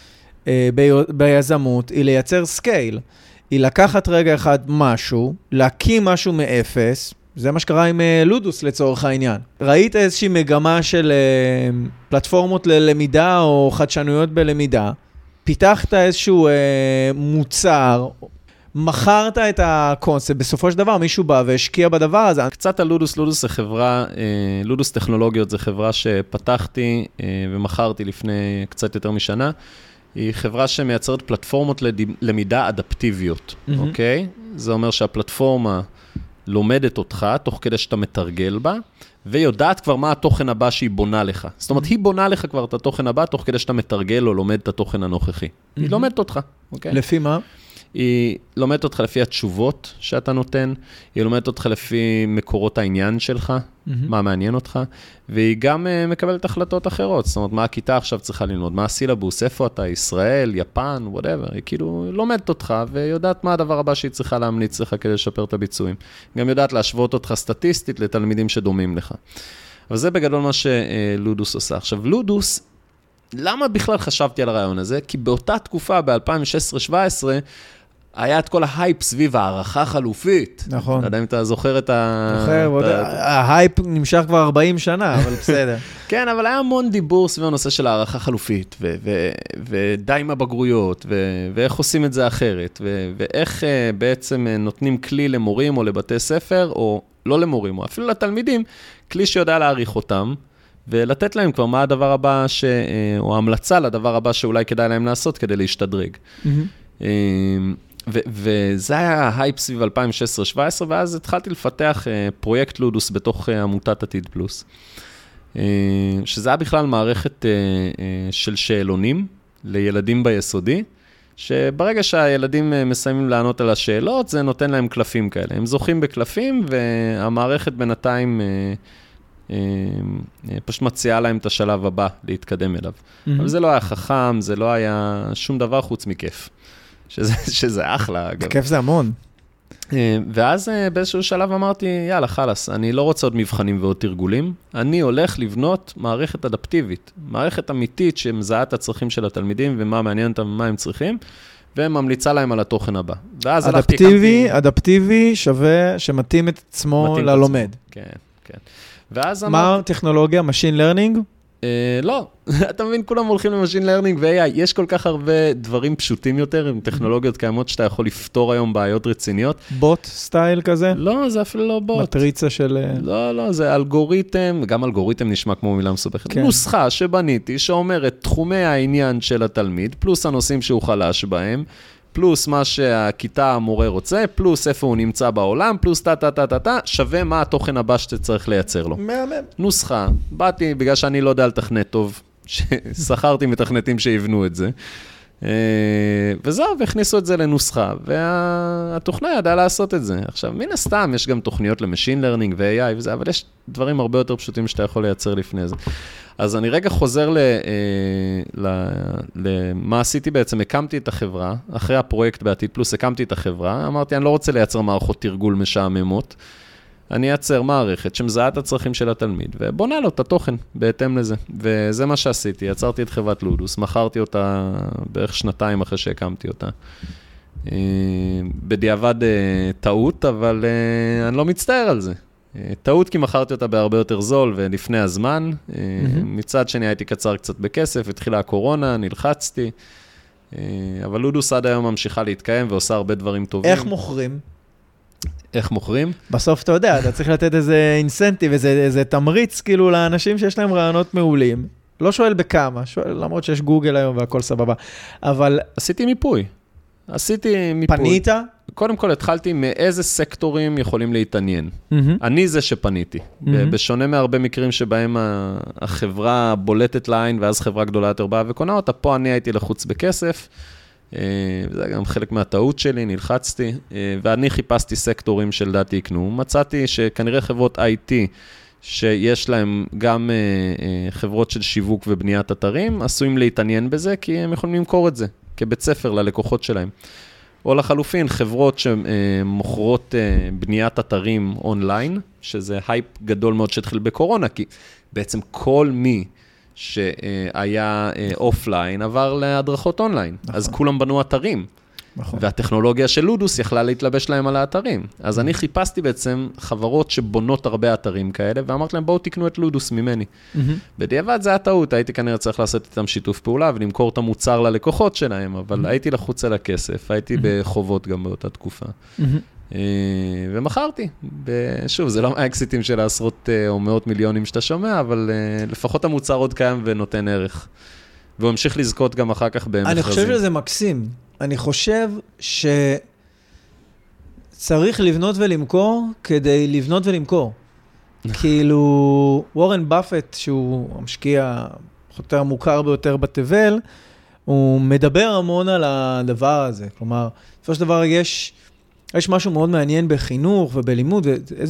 ביזמות היא לייצר סקייל. היא לקחת רגע אחד משהו, להקים משהו מאפס, זה מה שקרה עם לודוס לצורך העניין. ראית איזושהי מגמה של פלטפורמות ללמידה או חדשנויות בלמידה, פיתחת איזשהו מוצר, מכרת את הקונספט, בסופו של דבר מישהו בא והשקיע בדבר הזה. קצת על לודוס, לודוס זה חברה, לודוס טכנולוגיות זה חברה שפתחתי ומכרתי לפני קצת יותר משנה. היא חברה שמייצרת פלטפורמות למידה אדפטיביות, אוקיי? זה אומר שהפלטפורמה לומדת אותך תוך כדי שאתה מתרגל בה, ויודעת כבר מה התוכן הבא שהיא בונה לך. זאת אומרת, היא בונה לך כבר את התוכן הבא תוך כדי שאתה מתרגל או לומד את התוכן הנוכחי. היא לומדת אותך, אוקיי? לפי מה? היא לומדת אותך לפי התשובות שאתה נותן, היא לומדת אותך לפי מקורות העניין שלך, מה מעניין אותך, והיא גם מקבלת החלטות אחרות, זאת אומרת, מה הכיתה עכשיו צריכה ללמוד, מה הסילבוס, איפה אתה, ישראל, יפן, whatever, היא כאילו לומדת אותך, ויודעת מה הדבר הבא שהיא צריכה להמליץ לך כדי לשפר את הביצועים. גם יודעת להשוות אותך סטטיסטית לתלמידים שדומים לך. אבל זה בגדול מה שלודוס עושה. עכשיו, לודוס, למה בכלל חשבתי על הרעיון הזה? כי באותה תקופה, ב-2016-2017, היה את כל ההייפ סביב הערכה חלופית. נכון. לא יודע אם אתה זוכר את ה... זוכר, ההייפ נמשך כבר 40 שנה, אבל בסדר. כן, אבל היה המון דיבור סביב הנושא של הערכה חלופית, ודי עם הבגרויות, ואיך עושים את זה אחרת, ואיך בעצם נותנים כלי למורים או לבתי ספר, או לא למורים, או אפילו לתלמידים, כלי שיודע להעריך אותם, ולתת להם כבר מה הדבר הבא, או המלצה לדבר הבא שאולי כדאי להם לעשות כדי להשתדרג. וזה היה הייפ סביב 2016-2017, ואז התחלתי לפתח פרויקט לודוס בתוך עמותת עתיד פלוס, שזה היה בכלל מערכת של שאלונים לילדים ביסודי, שברגע שהילדים מסיימים לענות על השאלות, זה נותן להם קלפים כאלה. הם זוכים בקלפים, והמערכת בינתיים פשוט מציעה להם את השלב הבא להתקדם אליו. אבל זה לא היה חכם, זה לא היה שום דבר חוץ מכיף. שזה אחלה, אגב. כיף זה המון. ואז באיזשהו שלב אמרתי, יאללה, חלס, אני לא רוצה עוד מבחנים ועוד תרגולים, אני הולך לבנות מערכת אדפטיבית, מערכת אמיתית שמזהה את הצרכים של התלמידים, ומה מעניין אותם ומה הם צריכים, וממליצה להם על התוכן הבא. ואז אדפטיבי שווה שמתאים את עצמו ללומד. כן, כן. מה הטכנולוגיה? Machine Learning? לא, אתה מבין, כולם הולכים למשין לרנינג ו-AI, יש כל כך הרבה דברים פשוטים יותר, עם טכנולוגיות קיימות שאתה יכול לפתור היום בעיות רציניות. בוט סטייל כזה? לא, זה אפילו לא בוט. מטריצה של... לא, זה אלגוריתם, גם אלגוריתם נשמע כמו מילה מסובכת. נוסחה שבניתי, שאומרת תחומי העניין של התלמיד, פלוס הנושאים שהוא חלש בהם, פלוס מה שהכיתה המורה רוצה, פלוס איפה הוא נמצא בעולם, פלוס שווה מה התוכן הבא שאתה צריך לייצר לו. מהמם. נוסחה, באתי בגלל שאני לא יודע לתכנת טוב, ששכרתי מתכנתים שיבנו את זה, וזהו, והכניסו את זה לנוסחה, והתוכנה ידעה לעשות את זה. עכשיו, מן הסתם, יש גם תוכניות למשין לרנינג ו-AI וזה, אבל יש דברים הרבה יותר פשוטים שאתה יכול לייצר לפני זה. אז אני רגע חוזר למה עשיתי בעצם, הקמתי את החברה, אחרי הפרויקט בעתיד פלוס הקמתי את החברה, אמרתי, אני לא רוצה לייצר מערכות תרגול משעממות, אני אייצר מערכת שמזהה את הצרכים של התלמיד, ובונה לו את התוכן בהתאם לזה. וזה מה שעשיתי, יצרתי את חברת לודוס, מכרתי אותה בערך 2 אחרי שהקמתי אותה. בדיעבד טעות, אבל אני לא מצטער על זה. טעות כי מכרתי אותה בהרבה יותר זול ולפני הזמן. מצד שני הייתי קצר קצת בכסף, התחילה הקורונה, נלחצתי. אבל לודוס עד היום ממשיכה להתקיים ועושה הרבה דברים טובים. איך מוכרים? איך מוכרים? בסוף אתה יודע, אתה צריך לתת איזה אינסנטיב, איזה תמריץ כאילו לאנשים שיש להם רעיונות מעולים. לא שואל בכמה, שואל למרות שיש גוגל היום והכל סבבה. אבל... עשיתי מיפוי. פנית? קודם כל התחלתי מאיזה סקטורים יכולים להתעניין. אני זה שפניתי. בשונה מהרבה מקרים שבהם החברה בולטת לעין, ואז חברה גדולה יותר באה וקונה אותה, פה אני הייתי לחוץ בכסף, וזה גם חלק מהטעות שלי, נלחצתי, ואני חיפשתי סקטורים שלדעתי יקנו. מצאתי שכנראה חברות IT, שיש להם גם חברות של שיווק ובניית אתרים, עשויים להתעניין בזה, כי הם יכולים למכור את זה כבית ספר ללקוחות שלהם. או לחלופין, חברות שמוכרות בניית אתרים אונליין, שזה הייפ גדול מאוד שהתחיל בקורונה, כי בעצם כל מי שהיה אופליין עבר להדרכות אונליין. נכון. אז כולם בנו אתרים. נכון. והטכנולוגיה של לודוס יכלה להתלבש להם על האתרים. אז אני חיפשתי בעצם חברות שבונות הרבה אתרים כאלה, ואמרתי להם, בואו תקנו את לודוס ממני. בדיעבד זה הטעות, הייתי כנראה צריך לעשות איתם שיתוף פעולה, ולמכור את המוצר ללקוחות שלהם, אבל הייתי לחוץ על הכסף, הייתי בחובות גם באותה תקופה. ומכרתי. שוב, זה לא האקסיטים של העשרות או מאות מיליונים שאתה שומע, אבל לפחות המוצר עוד קיים ונותן ערך. והוא המשיך לזכות גם אחר כך במכרזים. אני חושב שזה מקסים. אני חושב שצריך לבנות ולמכור כדי לבנות ולמכור. כאילו, וורן באפט, שהוא המשקיע יותר מוכר ביותר בתבל, הוא מדבר המון על הדבר הזה. כלומר, בסופו של דבר יש משהו מאוד מעניין בחינוך ובלימוד,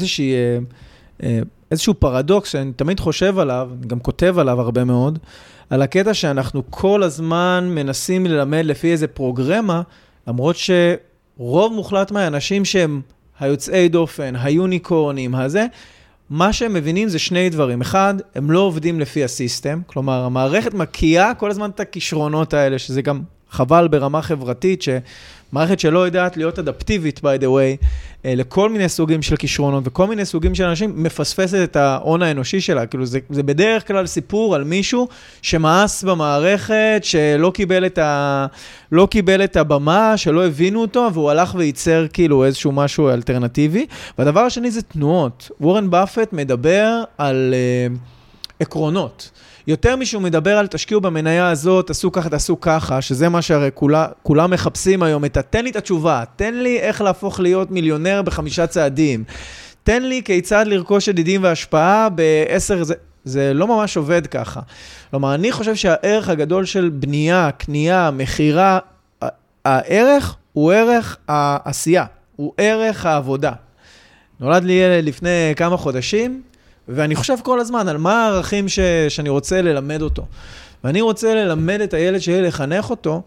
איזשהו פרדוקס שאני תמיד חושב עליו, גם כותב עליו הרבה מאוד, על הקטע שאנחנו כל הזמן מנסים ללמד לפי איזה פרוגרמה, למרות שרוב מוחלט מהאנשים שהם היוצאי דופן, היוניקורנים, מה שהם מבינים זה שני דברים. אחד, הם לא עובדים לפי הסיסטם, כלומר, המערכת מקיאה כל הזמן את הכישרונות האלה, שזה גם חבל ברמה חברתית, מערכת שלא יודעת להיות אדפטיבית, by the way, לכל מיני סוגים של כישרונות, וכל מיני סוגים של אנשים מפספסת את ההון האנושי שלה. כאילו זה בדרך כלל סיפור על מישהו שמאס במערכת, שלא קיבל את הבמה, שלא הבינו אותו, והוא הלך וייצר כאילו איזשהו משהו אלטרנטיבי. והדבר השני זה תנועות. וורן באפט מדבר על עקרונות. יותר משהו מדבר על תשקיעו במניה הזאת, תעשו ככה, שזה מה שהרי כולם מחפשים היום, תן לי את התשובה, תן לי איך להפוך להיות מיליונר ב5 צעדים, תן לי כיצד לרכוש ידידים והשפעה ב10, זה לא ממש עובד ככה. כלומר, אני חושב שהערך הגדול של בנייה, קנייה, מחירה, הערך הוא ערך העשייה, הוא ערך העבודה. נולד לי לפני כמה חודשים, ואני חושב כל הזמן על מה הערכים שאני רוצה ללמד אותו. ואני רוצה ללמד את הילד שלי, לחנך אותו,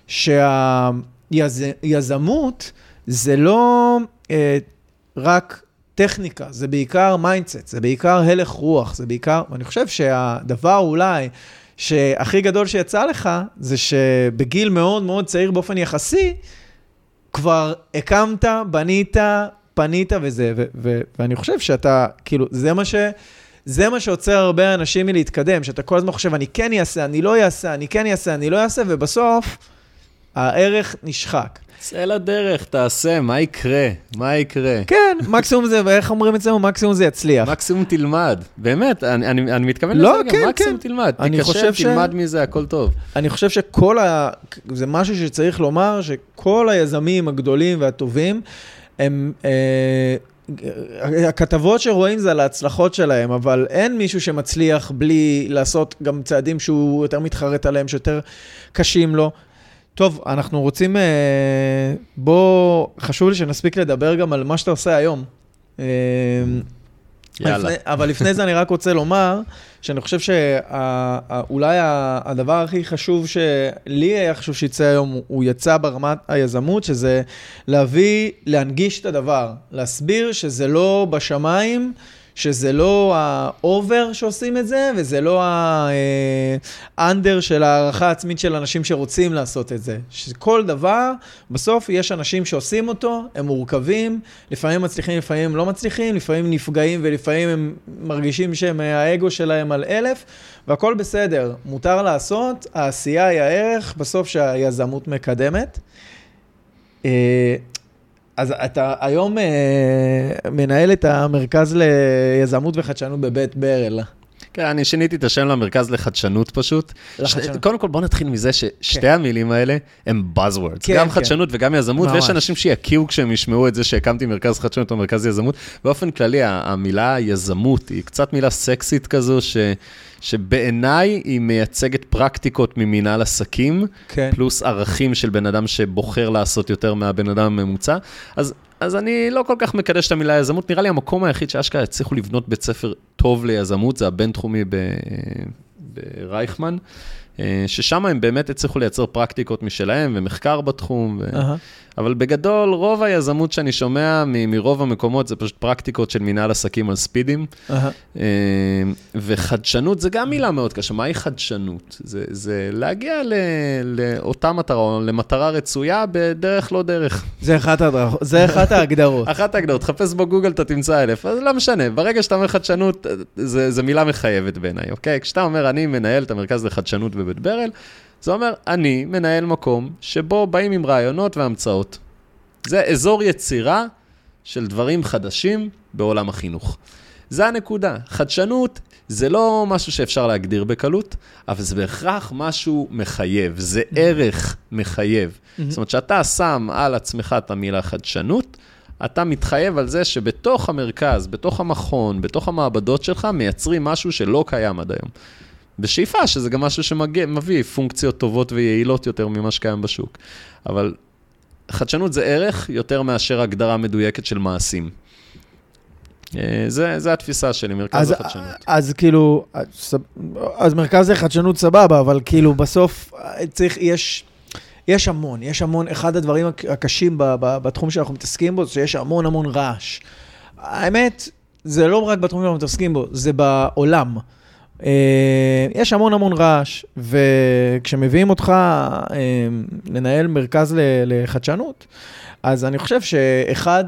שהיזמות זה לא רק טכניקה, זה בעיקר מיינדסט, זה בעיקר הלך רוח, זה בעיקר, ואני חושב שהדבר אולי שהכי גדול שיצא לך, זה שבגיל מאוד מאוד צעיר באופן יחסי, כבר הקמת, בנית, פנית וזה, ואני חושב שאתה, כאילו, זה מה שעוצר הרבה אנשים מלהתקדם, שאתה כל הזמן חושב, אני כן אעשה, אני לא אעשה, אני כן אעשה, אני לא אעשה, ובסוף, הערך נשחק. צא לדרך, תעשה, מה יקרה? מה יקרה? כן, מקסימום זה, ואיך אומרים אצלנו, מקסימום זה יצליח. מקסימום תלמד, באמת, אני מתכוון לזה גם, מקסימום תלמד, תקשר, תלמד מזה, הכל טוב. אני חושב זה משהו שצריך לומר, שכל היזמים הגדולים והטובים, הם, הכתבות שרואים זה על ההצלחות שלהם, אבל אין מישהו שמצליח בלי לעשות גם צעדים שהוא יותר מתחרט עליהם, שיותר קשים לו. טוב, אנחנו רוצים, חשוב לי שנספיק לדבר גם על מה שאתה עושה היום. יאללה. אבל לפני זה אני רק רוצה לומר, שאני חושב שאולי הדבר הכי חשוב שלי היה חשוב שיצא היום, הוא יצא ברמת היזמות, שזה להנגיש את הדבר, להסביר שזה לא בשמיים, שזה לא האובר שעושים את זה, וזה לא האנדר של הערכה עצמית של אנשים שרוצים לעשות את זה. שכל דבר, בסוף יש אנשים שעושים אותו, הם מורכבים, לפעמים מצליחים, לפעמים לא מצליחים, לפעמים נפגעים, ולפעמים הם מרגישים שהם האגו שלהם על 1000, והכל בסדר. מותר לעשות, העשייה היא הערך, בסוף שהיזמות מקדמת. אז אתה היום מנהל את המרכז ליזמות וחדשנות בבית ברל. כן, אני שיניתי את השם למרכז לחדשנות פשוט. קודם כל בוא נתחיל מזה ששתי המילים האלה הם buzzwords. גם חדשנות וגם יזמות, ויש אנשים שיקיעו כשהם ישמעו את זה שהקמתי מרכז חדשנות או מרכז יזמות. באופן כללי, המילה יזמות היא קצת מילה סקסית כזו, שבעיניי היא מייצגת פרקטיקות ממינהל עסקים, פלוס ערכים של בן אדם שבוחר לעשות יותר מהבן אדם הממוצע. אז אני לא כל כך מקדש את המילה יזמות, נראה לי המקום היחיד שאשכרה הצליחו לבנות בית ספר טוב ליזמות, זה הבינתחומי ברייכמן, ששם הם באמת הצליחו לייצר פרקטיקות משלהם ומחקר בתחום, אבל בגדול, רוב היזמות שאני שומע מרוב המקומות, זה פשוט פרקטיקות של מנהל עסקים על ספידים, וחדשנות זה גם מילה מאוד קשה. מהי חדשנות? זה להגיע לאותה מטרה, למטרה רצויה בדרך לא דרך. זה אחת ההגדרות. אחת ההגדרות, תחפש בגוגל, אתה תמצא 1000, אז לא משנה, ברגע שאתה אומר חדשנות, זה מילה מחייבת בעיניי, אוקיי? כשאתה אומר, אני מנהל את המרכז לחדשנות בבית ברל, זה אומר, אני מנהל מקום שבו באים עם רעיונות והמצאות. זה אזור יצירה של דברים חדשים בעולם החינוך. זה הנקודה. חדשנות זה לא משהו שאפשר להגדיר בקלות, אבל זה בהכרח משהו מחייב. זה ערך מחייב. זאת אומרת, שאתה שם על עצמך את המילה חדשנות, אתה מתחייב על זה שבתוך המרכז, בתוך המכון, בתוך המעבדות שלך, מייצרים משהו שלא קיים עד היום. בשאיפה, שזה גם משהו שמביא פונקציות טובות ויעילות יותר ממה שקיים בשוק. אבל חדשנות זה ערך יותר מאשר הגדרה מדויקת של מעשים. זה התפיסה שלי, מרכז החדשנות. אז כאילו, אז מרכז החדשנות סבבה, אבל כאילו בסוף יש המון, אחד הדברים הקשים בתחום שאנחנו מתעסקים בו, זה שיש המון רעש. האמת, זה לא רק בתחום שאנחנו מתעסקים בו, זה בעולם. יש המון רעש, וכשמביאים אותך לנהל מרכז לחדשנות, אז אני חושב שאחד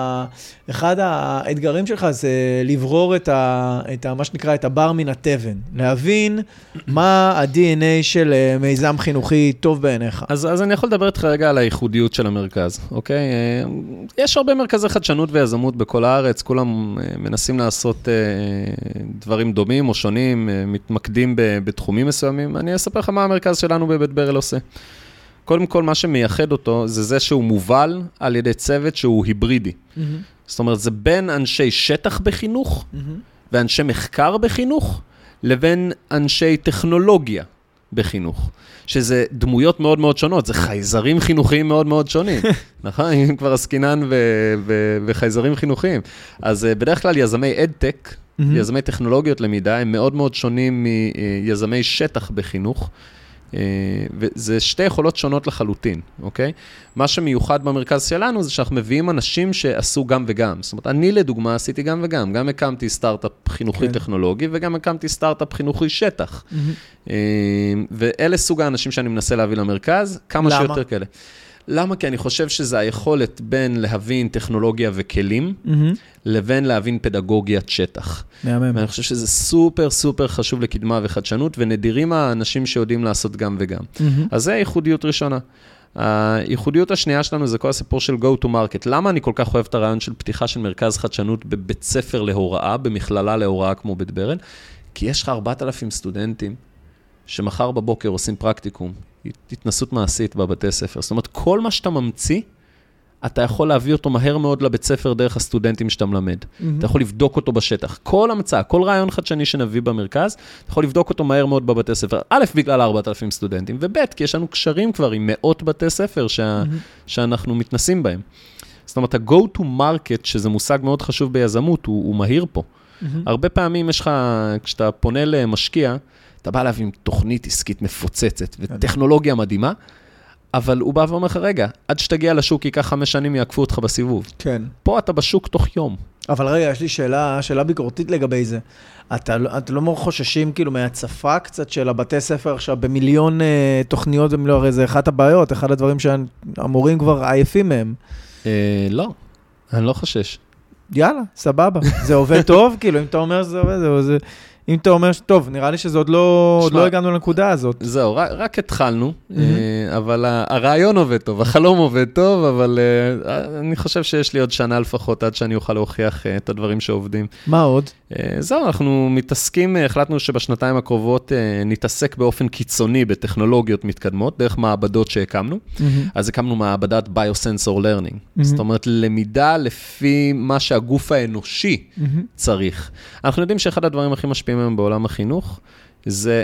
האתגרים שלך זה לברור את מה שנקרא, את הבר מן התבן, להבין מה ה-DNA של מיזם חינוכי טוב בעיניך. אז אני יכול לדבר איתך רגע על הייחודיות של המרכז, אוקיי? יש הרבה מרכזי חדשנות ויזמות בכל הארץ, כולם מנסים לעשות דברים דומים או שונים, מתמקדים בתחומים מסוימים. אני אספר לך מה המרכז שלנו בבית ברל עושה. קודם כל, מה שמייחד אותו, זה שהוא מובל על ידי צוות שהוא היברידי. זאת אומרת, זה בין אנשי שטח בחינוך, ואנשי מחקר בחינוך, לבין אנשי טכנולוגיה בחינוך. שזה דמויות מאוד מאוד שונות, זה חייזרים חינוכיים מאוד מאוד שונים. נכון? אם כבר עסקינן וחייזרים חינוכיים. אז בדרך כלל יזמי אדטק, יזמי טכנולוגיות למידה, הם מאוד מאוד שונים מיזמי שטח בחינוך. וזה שתי יכולות שונות לחלוטין, אוקיי? מה שמיוחד במרכז שלנו זה שאנחנו מביאים אנשים שעשו גם וגם. זאת אומרת, אני לדוגמה עשיתי גם וגם. גם הקמתי סטארט-אפ חינוכי טכנולוגי, וגם הקמתי סטארט-אפ חינוכי שטח. ואלה סוג האנשים שאני מנסה להביא למרכז, כמה שיותר כאלה. למה? כי אני חושב שזה היכולת בין להבין טכנולוגיה וכלים, לבין להבין פדגוגיית שטח. ואני חושב שזה סופר סופר חשוב לקדמה וחדשנות, ונדירים האנשים שיודעים לעשות גם וגם. אז זה הייחודיות ראשונה. הייחודיות השנייה שלנו זה כל הסיפור של go to market. למה אני כל כך אוהב את הרעיון של פתיחה של מרכז חדשנות בבית ספר להוראה, במכללה להוראה כמו בית ברל? כי יש לך 4,000 סטודנטים שמחר בבוקר עושים פרקטיקום, התנסות מעשית בבתי ספר. זאת אומרת, כל מה שאתה ממציא, אתה יכול להביא אותו מהר מאוד לבית ספר דרך הסטודנטים שאתה מלמד. אתה יכול לבדוק אותו בשטח. כל המצאה, כל רעיון חדשני שנביא במרכז, אתה יכול לבדוק אותו מהר מאוד בבתי ספר. א', בגלל 4,000 סטודנטים, וב', כי יש לנו קשרים כבר עם מאות בתי ספר שאנחנו מתנסים בהם. זאת אומרת, ה-go to market, שזה מושג מאוד חשוב ביזמות, הוא מהיר פה. הרבה פעמים יש לך, כשאתה פונה למשקיע, אתה בא להביא עם תוכנית עסקית מפוצצת, וטכנולוגיה מדהימה, אבל הוא בא ואומר לך, רגע, עד שתגיע לשוק, ייקח 5 שנים, יעקפו אותך בסיבוב. כן. פה אתה בשוק תוך יום. אבל רגע, יש לי שאלה ביקורתית לגבי זה. אתה לא חוששים כאילו מהצפה קצת של הבתי ספר עכשיו, במיליון תוכניות, הרי זה אחת הבעיות, אחד הדברים שהמורים כבר עייפים מהם. לא, אני לא חושש. יאללה, סבבה. זה עובד טוב? כאילו, אם אתה אומר שזה עובד, זה... אם אתה אומר, טוב, נראה לי שזה עוד לא הגענו לנקודה הזאת. זהו, רק התחלנו, אבל הרעיון עובד טוב, החלום עובד טוב, אבל אני חושב שיש לי עוד שנה לפחות עד שאני אוכל להוכיח את הדברים שעובדים. מה עוד? זהו, אנחנו מתעסקים, החלטנו שבשנתיים הקרובות נתעסק באופן קיצוני בטכנולוגיות מתקדמות, דרך מעבדות שהקמנו. אז הקמנו מעבדת Biosensor Learning. זאת אומרת, למידה לפי מה שהגוף האנושי צריך. אנחנו יודעים שאחד הדברים הכי משפיעים היום בעולם החינוך, זה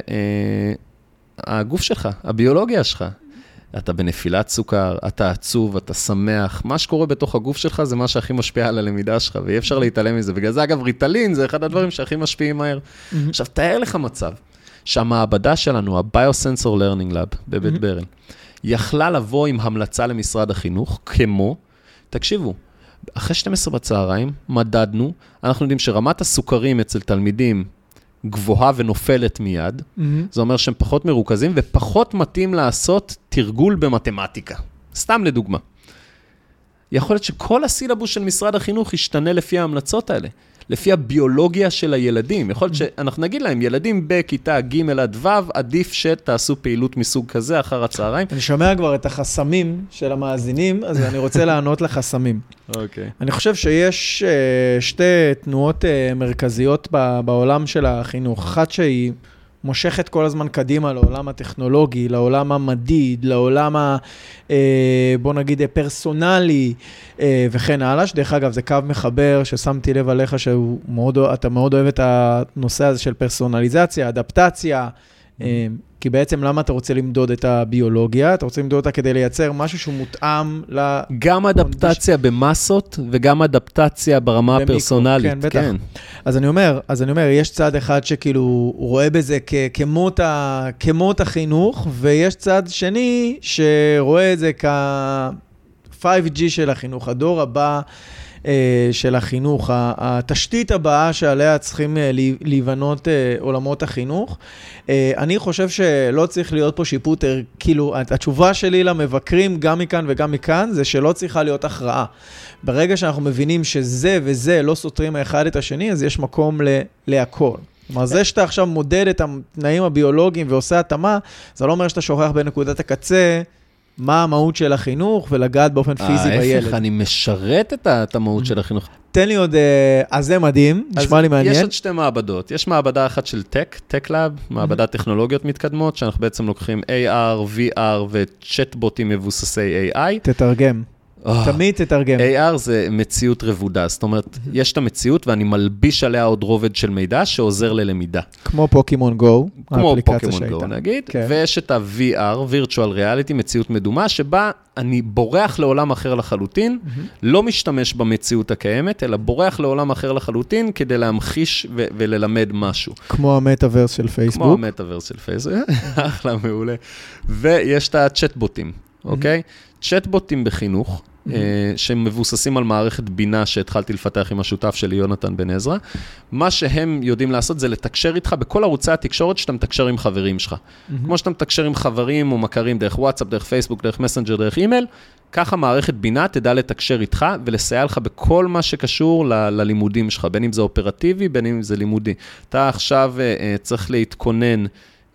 הגוף שלך, הביולוגיה שלך. אתה בנפילת סוכר, אתה עצוב, אתה שמח. מה שקורה בתוך הגוף שלך זה מה שהכי משפיע על הלמידה שלך, ואי אפשר להתעלם מזה. בגלל זה, אגב, ריטלין זה אחד הדברים שהכי משפיעים מהר. עכשיו, תאר לך מצב שהמעבדה שלנו, ה-Biosensor Learning Lab בבית ברל, יכלה לבוא עם המלצה למשרד החינוך, כמו, תקשיבו, אחרי 12 בצהריים, מדדנו, אנחנו יודעים שרמת הסוכרים אצל תלמידים גבוהה ונופלת מיד, זה אומר שהם פחות מרוכזים, ופחות מתאים לעשות תרגול במתמטיקה. סתם לדוגמה. יכול להיות שכל הסילבוס של משרד החינוך ישתנה לפי ההמלצות האלה, לפי הביולוגיה של הילדים. יכול להיות שאנחנו נגיד להם, ילדים בכיתה ג' עד ו', עדיף שתעשו פעילות מסוג כזה אחר הצהריים. אני שומע כבר את החסמים של המאזינים, אז אני רוצה לענות לחסמים. אוקיי. אני חושב שיש שתי תנועות מרכזיות בעולם של החינוך. אחת שהיא מושכת כל הזמן קדימה לעולם הטכנולוגי, לעולם המדיד, לעולם בוא נגיד פרסונלי וכן הלאה. דרך אגב, זה קו מחבר ששמתי לב עליך שאתה מאוד אוהב את הנושא הזה של פרסונליזציה, אדפטציה, כי בעצם למה אתה רוצה למדוד את הביולוגיה? אתה רוצה למדוד אותה כדי לייצר משהו שהוא מותאם גם אדפטציה במסות וגם אדפטציה ברמה הפרסונלית. כן, בטח. אז אני אומר, יש צד אחד שכאילו רואה בזה כמות החינוך, ויש צד שני שרואה את זה כ-5G של החינוך, הדור הבא של החינוך, התשתית הבאה שעליה צריכים להיבנות עולמות החינוך. אני חושב שלא צריך להיות פה שיפוט, כאילו, התשובה שלי למבקרים, גם מכאן וגם מכאן, זה שלא צריכה להיות הכרעה. ברגע שאנחנו מבינים שזה וזה לא סותרים האחד את השני, אז יש מקום להכל. כלומר, זה שאתה עכשיו מודד את התנאים הביולוגיים ועושה התאמה, זה לא אומר שאתה שוכח בנקודת הקצה, מה המהות של החינוך, ולגעת באופן פיזי בילד. ההפך, אני משרת את המהות של החינוך. תן לי עוד, אז זה מדהים, נשמע לי מעניין. יש עוד שתי מעבדות. יש מעבדה אחת של Tech Lab, מעבדת טכנולוגיות מתקדמות, שאנחנו בעצם לוקחים AR, VR וצ'טבוטים מבוססי AI. תתרגם. תמיד תתרגם. AR זה מציאות רבודה, זאת אומרת, יש את המציאות ואני מלביש עליה עוד רובד של מידע שעוזר ללמידה. כמו פוקימון גו, כמו פוקימון גו נגיד, ויש את ה-VR, Virtual Reality, מציאות מדומה, שבה אני בורח לעולם אחר לחלוטין, לא משתמש במציאות הקיימת, אלא בורח לעולם אחר לחלוטין, כדי להמחיש וללמד משהו. כמו המטאברס של פייסבוק. כמו המטאברס של פייסבוק, אחלה, מעולה. ויש את הצ'טבוטים, אוקיי? צ'טבוטים בחינוך, שמבוססים על מערכת בינה שהתחלתי לפתח עם השותף שלי, יונתן בן עזרא. מה שהם יודעים לעשות זה לתקשר איתך בכל ערוצי התקשורת שאתה מתקשר עם חברים שלך. כמו שאתה מתקשר עם חברים או מכרים דרך וואטסאפ, דרך פייסבוק, דרך מסנג'ר, דרך אימייל, ככה מערכת בינה תדע לתקשר איתך ולסייע לך בכל מה שקשור ללימודים שלך, בין אם זה אופרטיבי, בין אם זה לימודי. אתה עכשיו צריך להתכונן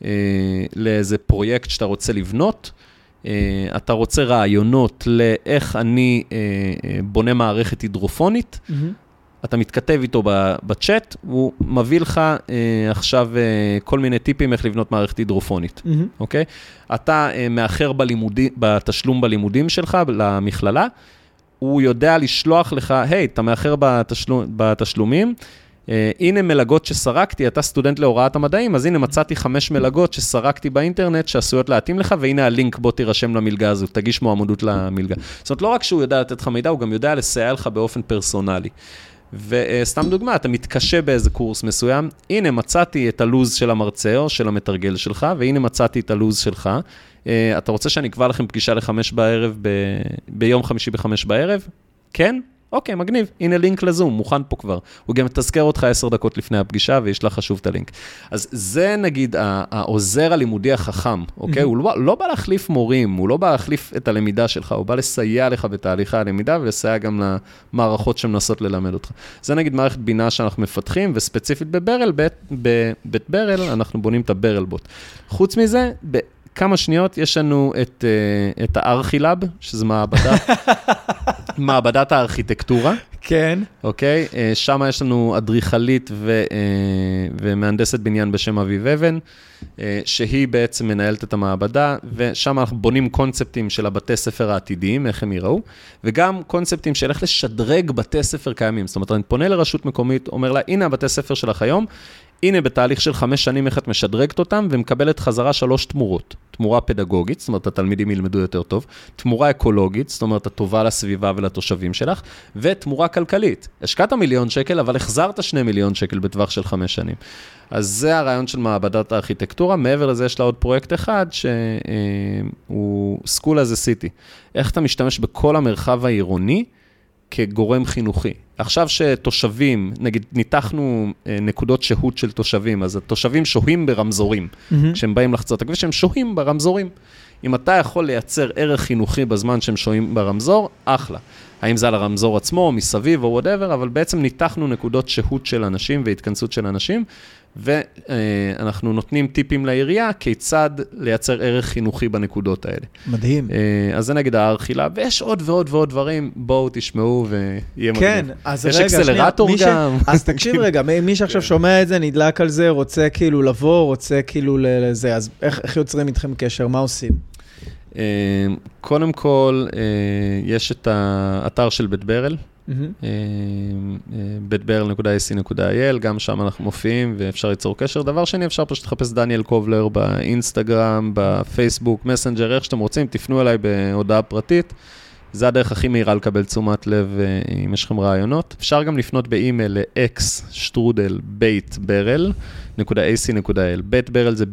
לאיזה פרויקט שאתה רוצה לבנות, אתה רוצה רעיונות לאיך אני בונה מערכת הידרופונית, אתה מתכתב איתו בצ'אט, הוא מביא לך עכשיו כל מיני טיפים איך לבנות מערכת הידרופונית, אוקיי? אתה מאחר בתשלום בלימודים שלך, למכללה, הוא יודע לשלוח לך, היי, אתה מאחר בתשלומים, הנה מלגות שסרקתי, אתה סטודנט להוראת המדעים, אז הנה מצאתי 5 מלגות שסרקתי באינטרנט שעשויות להתאים לך, והנה הלינק בוא תירשם למלגה הזו, תגיש מועמדות למלגה. זאת אומרת, לא רק שהוא יודע לתת לך מידע, הוא גם יודע לסייע לך באופן פרסונלי. וסתם דוגמה, אתה מתקשה באיזה קורס מסוים, הנה מצאתי את הלוז של המרצה או של המתרגל שלך, והנה מצאתי את הלוז שלך, אתה רוצה שאני אקבע לכם פגישה ל5 בערב, ביום חמישי ב5 בערב? כן? אוקיי, מגניב, הנה לינק לזום, מוכן פה כבר. הוא גם תזכר אותך 10 דקות לפני הפגישה, וישלח לך שוב את הלינק. אז זה נגיד העוזר הלימודי החכם, אוקיי? הוא לא בא להחליף מורים, הוא לא בא להחליף את הלמידה שלך, הוא בא לסייע לך בתהליכי הלמידה, ולסייע גם למערכות שמנסות ללמד אותך. זה נגיד מערכת בינה שאנחנו מפתחים, וספציפית בברל, בית ברל, אנחנו בונים את הברל בוט. חוץ מזה, כמה שניות יש לנו את הארכילאב, שזה מעבדת הארכיטקטורה. כן. אוקיי? שם יש לנו אדריכלית ומהנדסת בניין בשם אביב אבן, שהיא בעצם מנהלת את המעבדה, ושם אנחנו בונים קונספטים של הבתי ספר העתידיים, איך הם יראו, וגם קונספטים של איך לשדרג בתי ספר קיימים. זאת אומרת, אני פונה לרשות מקומית, אומר לה, הנה הבתי ספר שלך היום, הנה בתהליך של 5 שנים איך את משדרגת אותם, ומקבלת חזרה 3 תמורות. תמורה פדגוגית, זאת אומרת, התלמידים ילמדו יותר טוב, תמורה אקולוגית, זאת אומרת, הטובה לסביבה ולתושבים שלך, ותמורה כלכלית. השקעת 1,000,000 שקל, אבל החזרת 2 מיליון שקל בטווח של 5 שנים. אז זה הרעיון של מעבדת הארכיטקטורה. מעבר לזה יש לה עוד פרויקט אחד, שהוא School as a City. איך אתה משתמש בכל המרחב העירוני, כגורם חינוכי. עכשיו שתושבים, נגיד, ניתחנו נקודות שהות של תושבים, אז התושבים שוהים ברמזורים, כשהם באים לחצות הכביש, הם שוהים ברמזורים. אם אתה יכול לייצר ערך חינוכי בזמן שהם שוהים ברמזור, אחלה. האם זה על הרמזור עצמו, או מסביב, או whatever, אבל בעצם ניתחנו נקודות שהות של אנשים והתכנסות של אנשים, ואנחנו נותנים טיפים לעירייה כיצד לייצר ערך חינוכי בנקודות האלה. מדהים. אז זה נגיד הארכילה, ויש עוד ועוד ועוד דברים, בואו תשמעו ויהיה מדהים. כן, אז רגע, יש אקסלרטור גם. אז תקשיב רגע, מי שעכשיו שומע את זה, נדלק על זה, רוצה כאילו לבוא, רוצה כאילו לזה, אז איך יוצרים איתכם קשר, מה עושים? קודם כל, יש את האתר של בית ברל, betberl.ac.il, גם שם אנחנו מופיעים ואפשר ליצור קשר. דבר שני, אפשר פשוט לחפש דניאל קובלר באינסטגרם, בפייסבוק, מסנג'ר, איך שאתם רוצים, תפנו אליי בהודעה פרטית. זה הדרך הכי מהירה לקבל תשומת לב אם יש לכם רעיונות. אפשר גם לפנות באימייל x@strudel.ac.il. בית ברל זה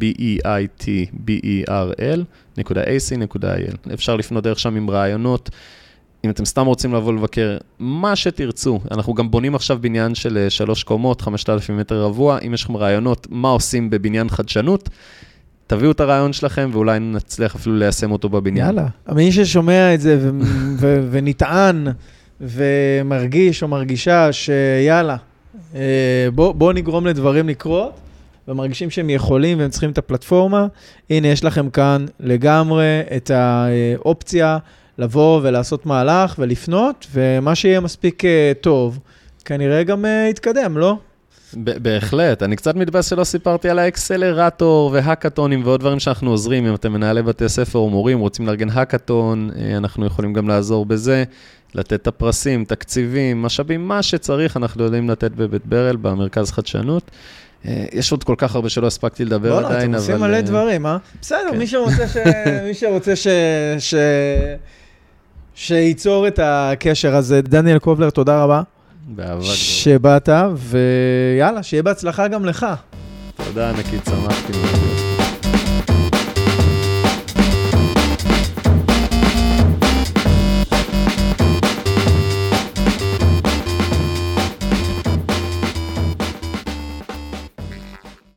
BEITBERL.ac.il. אפשר לפנות דרך שם עם רעיונות. אם אתם סתם רוצים לבוא לבקר, מה שתרצו. אנחנו גם בונים עכשיו בניין של 3 קומות, 5,000 מטר רבוע. אם יש לכם רעיונות, מה עושים בבניין חדשנות, תביאו את הרעיון שלכם, ואולי נצליח אפילו ליישם אותו בבניין. יאללה. מי ששומע את זה ונטען ומרגיש או מרגישה שיאללה, בוא נגרום לדברים לקרות, ומרגישים שהם יכולים והם צריכים את הפלטפורמה, הנה יש לכם כאן לגמרי את האופציה לבוא ולעשות מהלך ולפנות, ומה שיהיה מספיק טוב, כנראה גם יתקדם, לא? בהחלט, אני קצת מתבאס שלא סיפרתי על האקסלרטור והקטונים ועוד דברים שאנחנו עוזרים, אם אתם מנהלי בתי ספר או מורים, רוצים לארגן הקטון, אנחנו יכולים גם לעזור בזה, לתת את הפרסים, תקציבים, משאבים, מה שצריך, אנחנו יודעים לתת בבית ברל, במרכז חדשנות. יש עוד כל כך הרבה שלא הספקתי לדבר עדיין, אבל... אתם עושים מלא דברים, אה? בסדר, מי שרוצה שייצור את הקשר הזה. דניאל קובלר, תודה רבה. שבאת, ויאללה, שיהיה בהצלחה גם לך. תודה, ענקית, שמחתי.